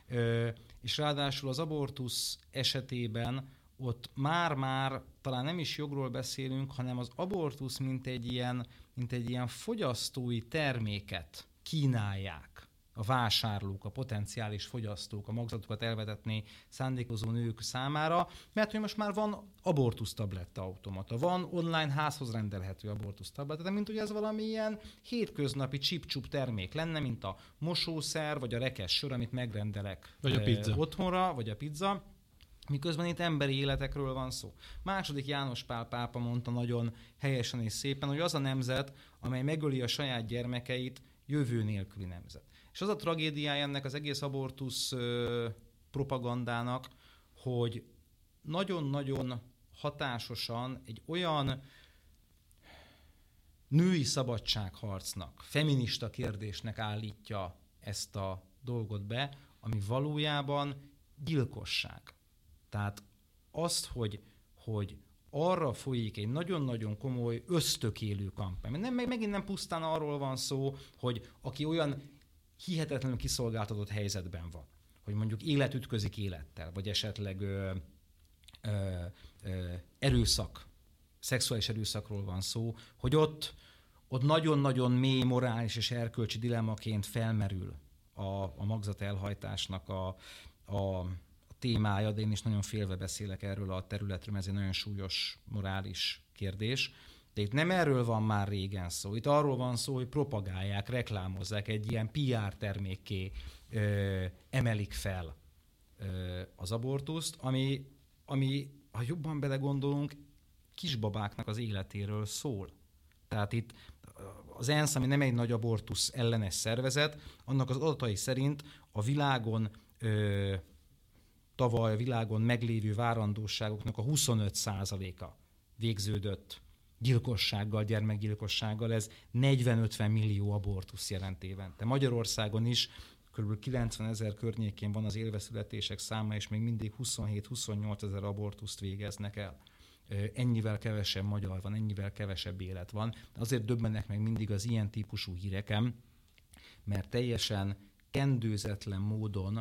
és ráadásul az abortusz esetében ott már-már talán nem is jogról beszélünk, hanem az abortusz mint egy ilyen, mint egy ilyen fogyasztói terméket kínálják a vásárlók, a potenciális fogyasztók, a magzatukat elvetetni szándékozó nők számára, mert hogy most már van abortusztabletta automata, van online házhoz rendelhető abortusztabletta, de mint hogy ez valami ilyen hétköznapi csip-csup termék lenne, mint a mosószer, vagy a rekesz sör, amit megrendelek vagy a pizza. otthonra, vagy a pizza, miközben itt emberi életekről van szó. Második János Pál pápa mondta nagyon helyesen és szépen, hogy az a nemzet, amely megöli a saját gyermekeit, jövő nélküli nemzet. És az a tragédiája ennek az egész abortusz ö, propagandának, hogy nagyon-nagyon hatásosan egy olyan női szabadságharcnak, feminista kérdésnek állítja ezt a dolgot be, ami valójában gyilkosság. Tehát azt, hogy, hogy arra folyik egy nagyon-nagyon komoly ösztökélő kampány. Nem, meg megint nem pusztán arról van szó, hogy aki olyan hihetetlenül kiszolgáltatott helyzetben van, hogy mondjuk élet ütközik élettel, vagy esetleg ö, ö, ö, erőszak, szexuális erőszakról van szó, hogy ott, ott nagyon-nagyon mély morális és erkölcsi dilemmaként felmerül a, a magzat elhajtásnak a, a témája, de én is nagyon félve beszélek erről a területről, mert ez egy nagyon súlyos morális kérdés. De itt nem erről van már régen szó. Itt arról van szó, hogy propagálják, reklámozzák, egy ilyen pé er termékké ö, emelik fel ö, az abortuszt, ami, ami, ha jobban belegondolunk, kisbabáknak az életéről szól. Tehát itt az ENSZ, ami nem egy nagy abortusz ellenes szervezet, annak az adatai szerint a világon ö, tavaly a világon meglévő várandóságoknak a huszonöt százaléka végződött gyilkossággal, gyermekgyilkossággal, ez negyven-ötven millió abortusz jelent évente. Magyarországon is kb. kilencven ezer környékén van az élveszületések száma, és még mindig huszonhét-huszonnyolc ezer abortuszt végeznek el. Ennyivel kevesebb magyar van, ennyivel kevesebb élet van. De azért döbbennek meg mindig az ilyen típusú hírekem, mert teljesen kendőzetlen módon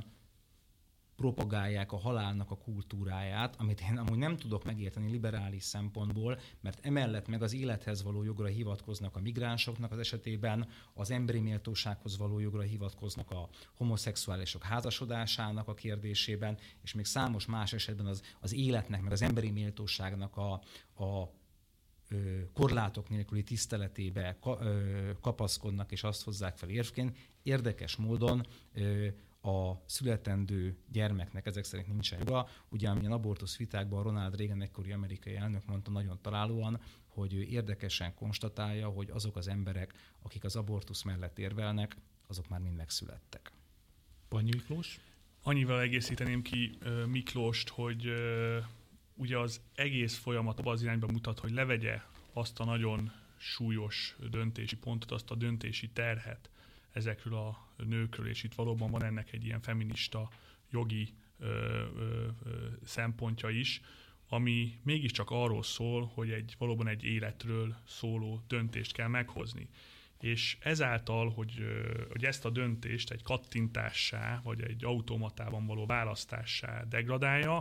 propagálják a halálnak a kultúráját, amit én amúgy nem tudok megérteni liberális szempontból, mert emellett meg az élethez való jogra hivatkoznak a migránsoknak az esetében, az emberi méltósághoz való jogra hivatkoznak a homoszexuálisok házasodásának a kérdésében, és még számos más esetben az, az életnek, meg az emberi méltóságnak a, a ö, korlátok nélküli tiszteletébe ka, ö, kapaszkodnak, és azt hozzák fel érvként. Érdekes módon ö, a születendő gyermeknek ezek szerint nincsen joga. Ugye, amilyen abortusz vitákban Ronald Reagan egykori amerikai elnök mondta nagyon találóan, hogy ő érdekesen konstatálja, hogy azok az emberek, akik az abortusz mellett érvelnek, azok már mind megszülettek. Pannyi Miklós? Annyival egészíteném ki uh, Miklóst, hogy uh, ugye az egész folyamat abban az irányba mutat, hogy levegye azt a nagyon súlyos döntési pontot, azt a döntési terhet ezekről a nőkről, és itt valóban van ennek egy ilyen feminista jogi ö, ö, ö, szempontja is, ami mégiscsak arról szól, hogy egy valóban egy életről szóló döntést kell meghozni. És ezáltal, hogy, hogy ezt a döntést egy kattintássá, vagy egy automatában való választássá degradálja,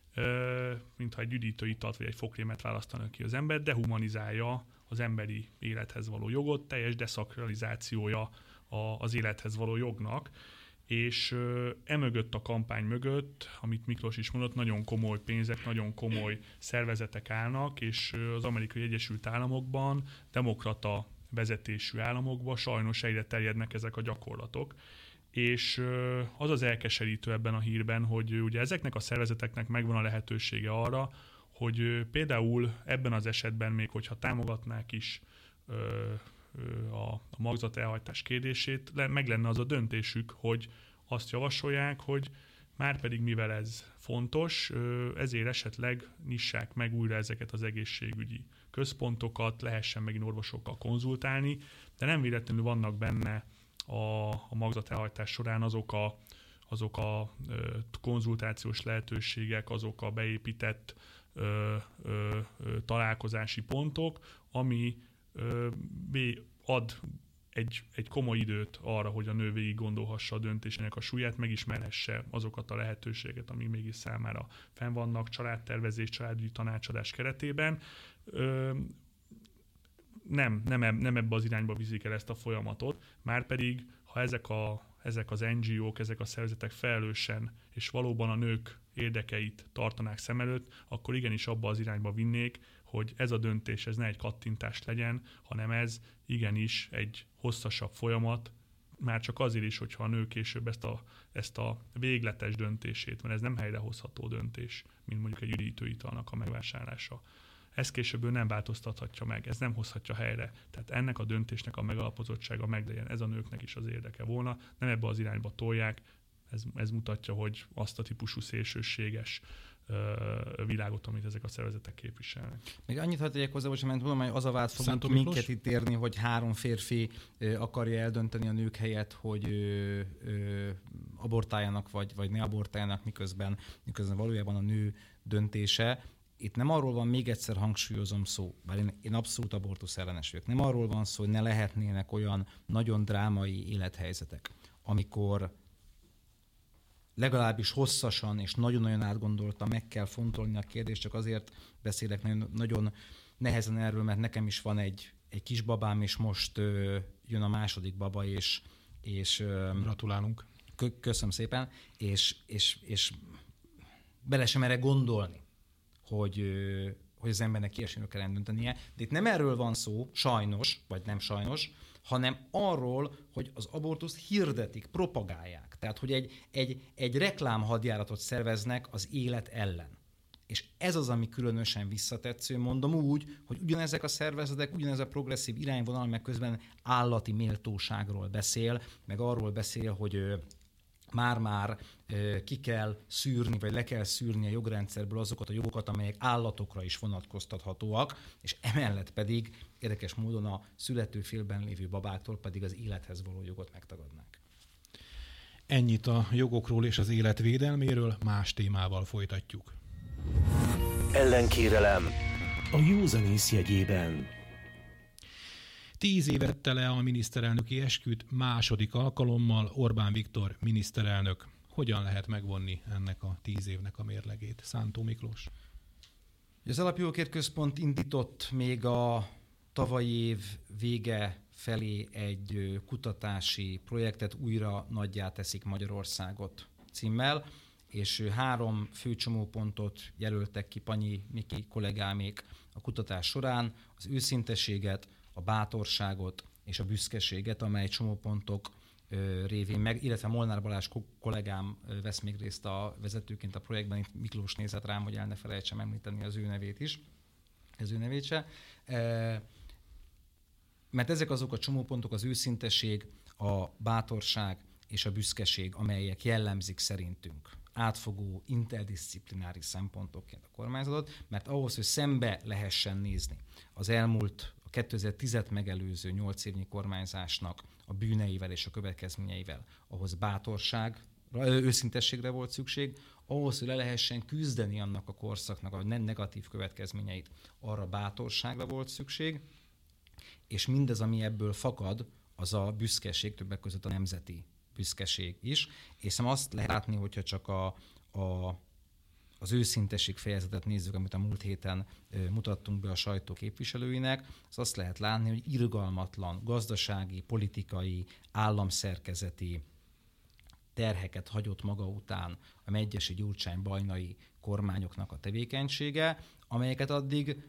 mintha egy üdítőitalt vagy egy fogkrémet választanak ki az ember, dehumanizálja az emberi élethez való jogot, teljes deszakralizációja az élethez való jognak, és emögött a kampány mögött, amit Miklós is mondott, nagyon komoly pénzek, nagyon komoly szervezetek állnak, és az Amerikai Egyesült Államokban, demokrata vezetésű államokban sajnos egyre terjednek ezek a gyakorlatok. És az az elkeserítő ebben a hírben, hogy ugye ezeknek a szervezeteknek megvan a lehetősége arra, hogy például ebben az esetben még, hogyha támogatnák is a magzat elhajtás kérdését, meg lenne az a döntésük, hogy azt javasolják, hogy márpedig mivel ez fontos, ezért esetleg nyissák meg újra ezeket az egészségügyi központokat, lehessen megint orvosokkal konzultálni, de nem véletlenül vannak benne a, a magzat elhajtás során azok a, azok a ö, konzultációs lehetőségek, azok a beépített ö, ö, ö, találkozási pontok, ami ö, ad egy, egy komoly időt arra, hogy a nő végig gondolhassa a döntésének a súlyát, megismerhesse azokat a lehetőséget, ami mégis számára fenn vannak családtervezés, családügyi tanácsadás keretében. Ö, nem, nem, nem ebbe az irányba viszik el ezt a folyamatot, márpedig, ha ezek, a, ezek az en gé ók, ezek a szervezetek felelősen és valóban a nők érdekeit tartanák szem előtt, akkor igenis abba az irányba vinnék, hogy ez a döntés ez ne egy kattintás legyen, hanem ez igenis egy hosszasabb folyamat, már csak azért is, hogyha a nő később ezt a, ezt a végletes döntését, mert ez nem helyrehozható döntés, mint mondjuk egy üdítőitalnak a megvásárlása. Ez később ő nem változtathatja meg, ez nem hozhatja helyre. Tehát ennek a döntésnek a megalapozottsága meglegyen, ez a nőknek is az érdeke volna, nem ebbe az irányba tolják, ez, ez mutatja, hogy azt a típusú szélsőséges világot, amit ezek a szervezetek képviselnek. Még annyit hadd tegyek hozzá, hogy tudom, hogy az a vád fog minket itt érni, hogy három férfi akarja eldönteni a nők helyett, hogy ö, ö, abortáljanak, vagy, vagy ne abortáljanak, miközben, miközben valójában a nő döntése. Itt nem arról van, még egyszer hangsúlyozom szó, bár én, én abszolút abortusz ellenes vagyok, nem arról van szó, hogy ne lehetnének olyan nagyon drámai élethelyzetek, amikor legalábbis hosszasan és nagyon-nagyon átgondoltan meg kell fontolni a kérdést, csak azért beszélek nagyon, nagyon nehezen erről, mert nekem is van egy, egy kisbabám, és most ö, jön a második baba, és... és ö, Gratulálunk. Kö, köszönöm szépen, és, és, és bele sem erre gondolni, hogy, ö, hogy az embernek ilyesmiről kell eldöntenie. De itt nem erről van szó, sajnos, vagy nem sajnos, hanem arról, hogy az abortuszt hirdetik, propagálják. Tehát, hogy egy, egy, egy reklámhadjáratot szerveznek az élet ellen. És ez az, ami különösen visszatetsző, mondom úgy, hogy ugyanezek a szervezetek, ugyanez a progresszív irányvonal, meg közben állati méltóságról beszél, meg arról beszél, hogy már-már ki kell szűrni, vagy le kell szűrni a jogrendszerből azokat a jogokat, amelyek állatokra is vonatkoztathatóak, és emellett pedig érdekes módon a születőfélben lévő babáktól pedig az élethez való jogot megtagadnák. Ennyit a jogokról és az élet védelméről, más témával folytatjuk. Ellenkérelem a józanész jegyében. Tíz éve tette le a miniszterelnöki esküt, második alkalommal Orbán Viktor miniszterelnök. Hogyan lehet megvonni ennek a tíz évnek a mérlegét? Szántó Miklós. Az Alapjogokért Központ indított még a tavalyi év vége felé egy kutatási projektet, Újra nagyjá teszik Magyarországot címmel, és három fő csomópontot jelöltek ki Panyi Miki kollégámék a kutatás során: az őszinteséget, a bátorságot és a büszkeséget, amely csomópontok révén meg, illetve Molnár Balázs kollégám vesz még részt a vezetőként a projektben, itt Miklós nézett rám, hogy el ne felejtsem említeni az ő nevét is, az ő nevét se. Mert ezek azok a csomópontok, az őszintesség, a bátorság és a büszkeség, amelyek jellemzik szerintünk átfogó, interdisziplináris szempontokként a kormányzatot, mert ahhoz, hogy szembe lehessen nézni az elmúlt, a kétezer-tízet megelőző nyolc évnyi kormányzásnak a bűneivel és a következményeivel, ahhoz bátorság, őszintességre volt szükség, ahhoz, hogy le lehessen küzdeni annak a korszaknak a negatív következményeit, arra bátorságra volt szükség, és mindez, ami ebből fakad, az a büszkeség, többek között a nemzeti büszkeség is, és azt lehet látni, hogyha csak a, a, az őszintesség fejezetet nézzük, amit a múlt héten mutattunk be a sajtó képviselőinek, az azt lehet látni, hogy irgalmatlan gazdasági, politikai, államszerkezeti terheket hagyott maga után a Medgyessy, Gyurcsány, Bajnai kormányoknak a tevékenysége, amelyeket addig,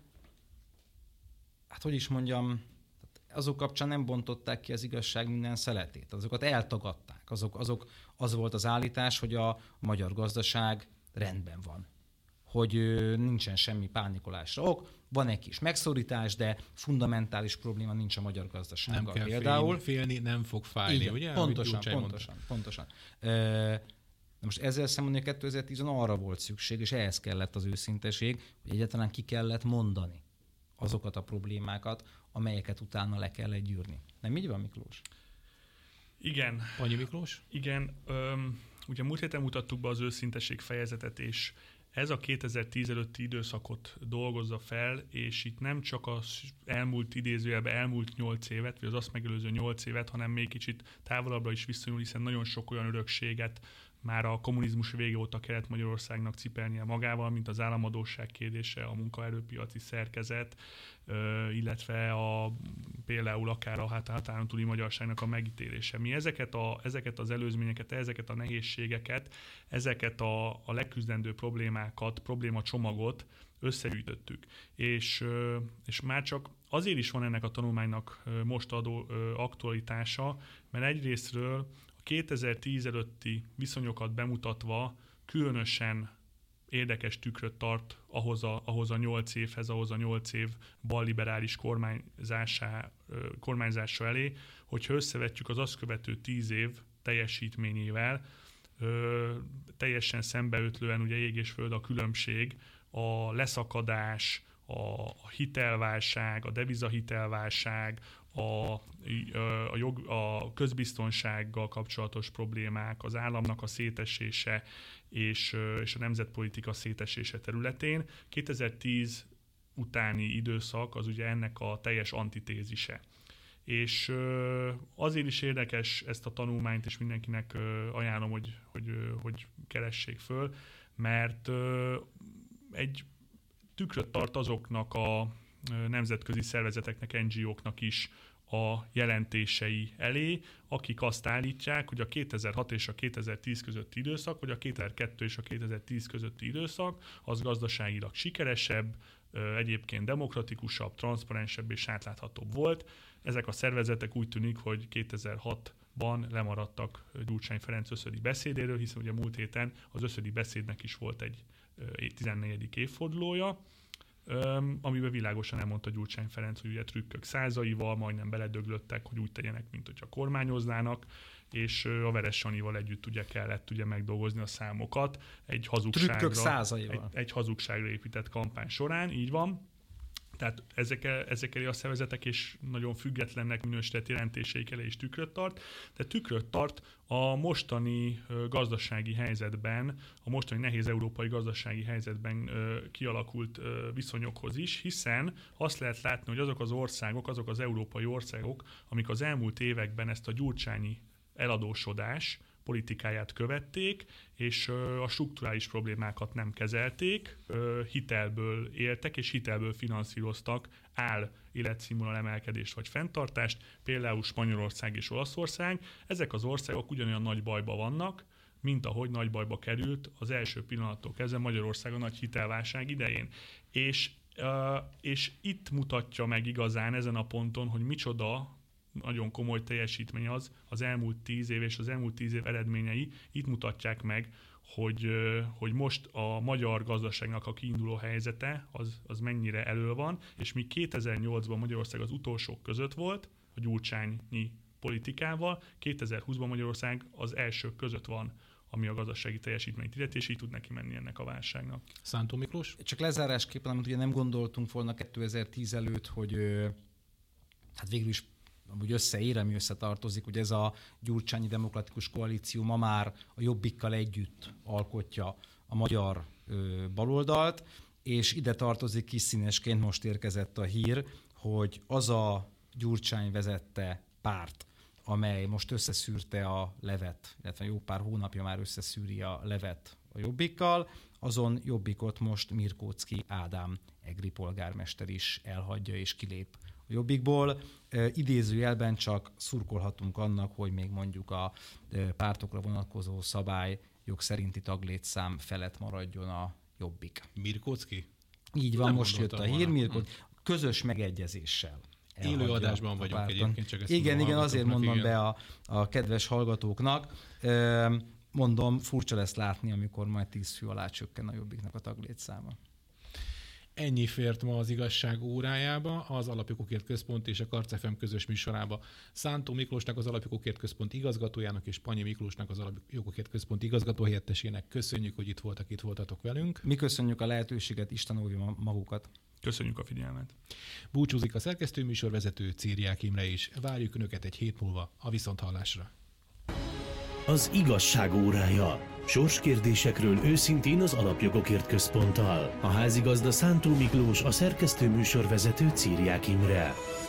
hát hogy is mondjam, azok kapcsán nem bontották ki az igazság minden szeletét, azokat eltagadták. Azok, azok, az volt az állítás, hogy a magyar gazdaság rendben van, hogy nincsen semmi pánikolásra ok, van egy kis megszorítás, de fundamentális probléma nincs a magyar gazdasággal. Nem kell például félni, félni, nem fog fájni, igen, ugye? Pontosan, pontosan, pontosan. De most ezzel szemben, hogy kétezer-tízben arra volt szükség, és ehhez kellett az őszinteség, hogy egyáltalán ki kellett mondani azokat a problémákat, amelyeket utána le kell gyűrni. Nem így van, Miklós? Igen. Panyi Miklós? Igen. Öm, ugye múlt héten mutattuk be az őszintesség fejezetet, és ez a kétezer-tíz előtti időszakot dolgozza fel, és itt nem csak az elmúlt idézőjelben elmúlt nyolc évet, vagy az azt megelőző nyolc évet, hanem még kicsit távolabbra is visszanyúl, hiszen nagyon sok olyan örökséget már a kommunizmus vége óta kellett Magyarországnak cipelnie magával, mint az államadósság kérdése, a munkaerőpiaci szerkezet, illetve a, például akár a határon túli magyarságnak a megítélése. Mi ezeket, a, ezeket az előzményeket, ezeket a nehézségeket, ezeket a, a leküzdendő problémákat, problémacsomagot összegyűjtöttük. És, és már csak azért is van ennek a tanulmánynak most adó aktualitása, mert egyrésztről kétezer-tíz előtti viszonyokat bemutatva különösen érdekes tükröt tart ahhoz a, ahhoz a nyolc évhez, ahhoz a nyolc év balliberális kormányzása, kormányzása elé, hogyha összevetjük az azt követő tíz év teljesítményével, ö, teljesen szembeötlően ugye ég és föld a különbség, a leszakadás, a, a hitelválság, a devizahitelválság, A, a, jog, a közbiztonsággal kapcsolatos problémák, az államnak a szétesése és, és a nemzetpolitika szétesése területén. kétezer-tíz utáni időszak az ugye ennek a teljes antitézise. És azért is érdekes ezt a tanulmányt, és mindenkinek ajánlom, hogy, hogy, hogy keressék föl, mert egy tükröt tart azoknak a nemzetközi szervezeteknek, en gé ó-knak is a jelentései elé, akik azt állítják, hogy a kétezer-hat és a kétezer-tíz közötti időszak, vagy a kétezer-kettő és a kétezer-tíz közötti időszak az gazdaságilag sikeresebb, egyébként demokratikusabb, transzparensebb és átláthatóbb volt. Ezek a szervezetek úgy tűnik, hogy kétezer-hatban lemaradtak Gyurcsány Ferenc összödi beszédéről, hiszen ugye múlt héten az összödi beszédnek is volt egy tizennegyedik évfordulója, amiben világosan elmondta Gyurcsány Ferenc, hogy ugye trükkök százaival majdnem beledöglöttek, hogy úgy tegyenek, mint hogyha kormányoznának, és a Veres Sanyival együtt ugye kellett ugye megdolgozni a számokat egy hazugságra, egy, egy hazugságra épített kampány során, így van. Tehát ezekkel, ezekkel a szervezetek és nagyon függetlennek minősített jelentéseikkel is tükröt tart. De tükröt tart a mostani gazdasági helyzetben, a mostani nehéz európai gazdasági helyzetben kialakult viszonyokhoz is, hiszen azt lehet látni, hogy azok az országok, azok az európai országok, amik az elmúlt években ezt a gyurcsányi eladósodás politikáját követték, és a strukturális problémákat nem kezelték, hitelből éltek, és hitelből finanszíroztak áll életszínvonal emelkedést vagy fenntartást, például Spanyolország és Olaszország. Ezek az országok ugyanolyan nagy bajba vannak, mint ahogy nagy bajba került az első pillanattól kezdve Magyarország a nagy hitelválság idején. És, és itt mutatja meg igazán ezen a ponton, hogy micsoda nagyon komoly teljesítmény az, az elmúlt tíz év és az elmúlt tíz év eredményei itt mutatják meg, hogy, hogy most a magyar gazdaságnak a kiinduló helyzete az, az mennyire elő van, és míg kétezer-nyolcban Magyarország az utolsók között volt, a gyurcsányi politikával, kétezer-húszban Magyarország az elsők között van, ami a gazdasági teljesítményt illeti, és így tud neki menni ennek a válságnak. Szántó Miklós? Csak lezárásképpen, amit ugye nem gondoltunk volna kétezer-tíz előtt, hogy hát végül is amúgy összeér, ami összetartozik, hogy ez a gyurcsányi demokratikus koalíció ma már a Jobbikkal együtt alkotja a magyar ö, baloldalt, és ide tartozik kis színesként, most érkezett a hír, hogy az a Gyurcsány vezette párt, amely most összeszűrte a levet, illetve jó pár hónapja már összeszűri a levet a Jobbikkal, azon Jobbikot most Mirkóczky Ádám egri polgármester is elhagyja és kilép a Jobbikból. E, idézőjelben csak szurkolhatunk annak, hogy még mondjuk a e, pártokra vonatkozó szabály jog szerinti taglétszám felett maradjon a Jobbik. Mirkóczky? Így van, nem most jött a hír, Mirkóczky, közös megegyezéssel. Élő adásban vagyunk egyébként, csak ezt Igen, igen, azért mondom igen. be a, a kedves hallgatóknak. E, mondom, furcsa lesz látni, amikor majd tíz fő alá csökken a Jobbiknak a taglétszáma. Ennyi fért ma az Igazság órájába, az Alapjogokért Központ és a Karc ef em közös műsorába. Szántó Miklósnak, az Alapjogokért Központ igazgatójának és Panyi Miklósnak, az Alapjogokért Központ igazgatóhelyettesének köszönjük, hogy itt voltak, itt voltatok velünk. Mi köszönjük a lehetőséget, Isten óvja magukat. Köszönjük a figyelmet. Búcsúzik a szerkesztőműsorvezető Círiák Imre is. Várjuk Önöket egy hét múlva a viszonthallásra. Az Igazság órája. Sorskérdésekről őszintén az Alapjogokért Központtal. A házigazda Szántó Miklós, a szerkesztőműsorvezető Círiák Imre.